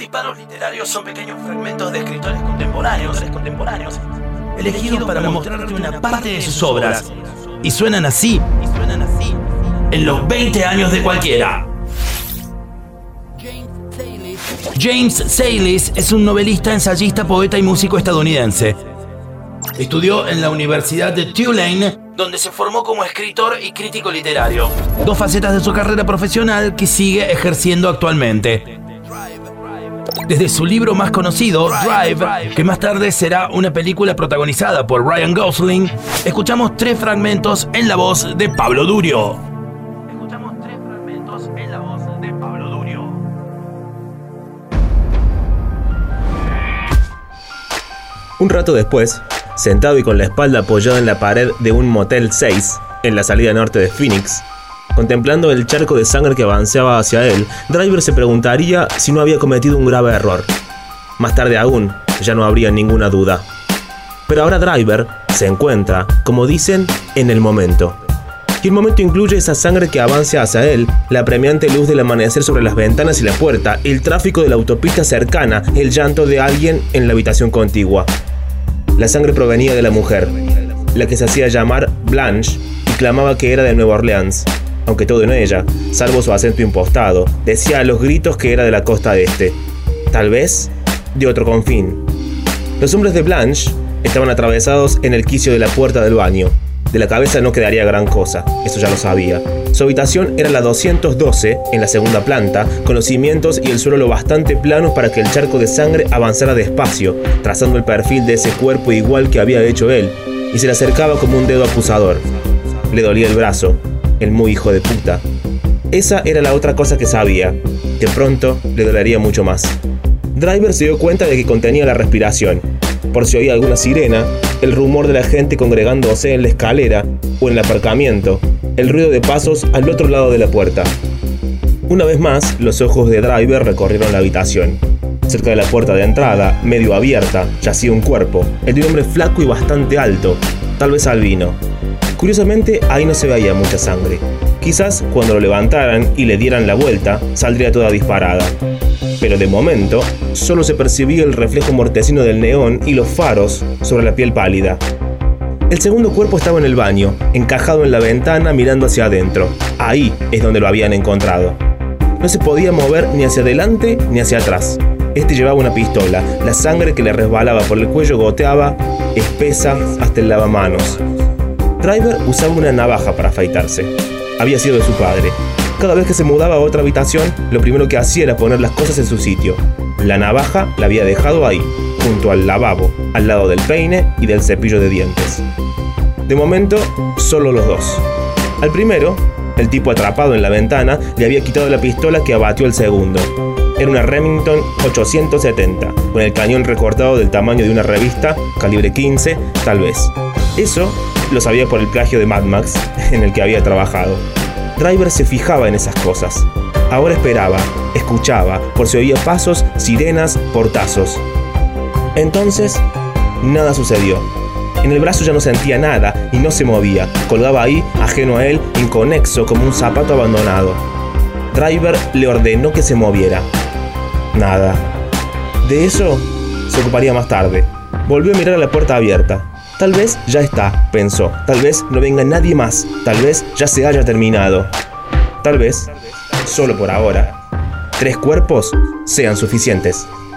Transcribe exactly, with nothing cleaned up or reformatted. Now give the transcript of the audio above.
disparos literarios son pequeños fragmentos de escritores contemporáneos, contemporáneos elegidos para mostrarte una parte de sus obras. Y suenan así, y suenan así, en los veinte años de cualquiera. James Sallis es un novelista, ensayista, poeta y músico estadounidense. Estudió en la Universidad de Tulane, donde se formó como escritor y crítico literario. Dos facetas de su carrera profesional que sigue ejerciendo actualmente. Desde su libro más conocido, Drive, que más tarde será una película protagonizada por Ryan Gosling, escuchamos tres fragmentos en la voz de Pablo Durio. Escuchamos tres fragmentos en la voz de Pablo Durio. Un rato después, sentado y con la espalda apoyada en la pared de un Motel seis, en la salida norte de Phoenix, contemplando el charco de sangre que avanzaba hacia él, Driver se preguntaría si no había cometido un grave error. Más tarde aún, ya no habría ninguna duda. Pero ahora Driver se encuentra, como dicen, en el momento. Y el momento incluye esa sangre que avanza hacia él, la apremiante luz del amanecer sobre las ventanas y la puerta, el tráfico de la autopista cercana, el llanto de alguien en la habitación contigua. La sangre provenía de la mujer, la que se hacía llamar Blanche y clamaba que era de Nueva Orleans, aunque todo en ella, salvo su acento impostado, decía a los gritos que era de la costa este, tal vez de otro confín. Los hombros de Blanche estaban atravesados en el quicio de la puerta del baño. De la cabeza no quedaría gran cosa, eso ya lo sabía. Su habitación era la doscientos doce, en la segunda planta, con los cimientos y el suelo lo bastante planos para que el charco de sangre avanzara despacio, trazando el perfil de ese cuerpo igual que había hecho él, y se le acercaba como un dedo acusador. Le dolía el brazo, el muy hijo de puta. Esa era la otra cosa que sabía, que pronto le dolería mucho más. Driver se dio cuenta de que contenía la respiración, por si oía alguna sirena, el rumor de la gente congregándose en la escalera o en el aparcamiento, el ruido de pasos al otro lado de la puerta. Una vez más, los ojos de Driver recorrieron la habitación. Cerca de la puerta de entrada, medio abierta, yacía un cuerpo, el de un hombre flaco y bastante alto, tal vez albino. Curiosamente, ahí no se veía mucha sangre. Quizás cuando lo levantaran y le dieran la vuelta, saldría toda disparada. Pero de momento, solo se percibía el reflejo mortecino del neón y los faros sobre la piel pálida. El segundo cuerpo estaba en el baño, encajado en la ventana mirando hacia adentro. Ahí es donde lo habían encontrado. No se podía mover ni hacia adelante ni hacia atrás. Este llevaba una pistola. La sangre que le resbalaba por el cuello goteaba, espesa hasta el lavamanos. Driver usaba una navaja para afeitarse. Había sido de su padre. Cada vez que se mudaba a otra habitación, lo primero que hacía era poner las cosas en su sitio. La navaja la había dejado ahí, junto al lavabo, al lado del peine y del cepillo de dientes. De momento, solo los dos. Al primero, el tipo atrapado en la ventana, le había quitado la pistola que abatió el segundo. Era una Remington ochocientos setenta, con el cañón recortado del tamaño de una revista, calibre quince, tal vez. Eso lo sabía por el plagio de Mad Max en el que había trabajado. Driver se fijaba en esas cosas. Ahora esperaba, escuchaba, por si oía pasos, sirenas, portazos. Entonces, nada sucedió. En el brazo ya no sentía nada y no se movía. Colgaba ahí, ajeno a él, inconexo como un zapato abandonado. Driver le ordenó que se moviera. Nada. De eso se ocuparía más tarde. Volvió a mirar a la puerta abierta. Tal vez ya está, pensó. Tal vez no venga nadie más. Tal vez ya se haya terminado. Tal vez, solo por ahora, tres cuerpos sean suficientes.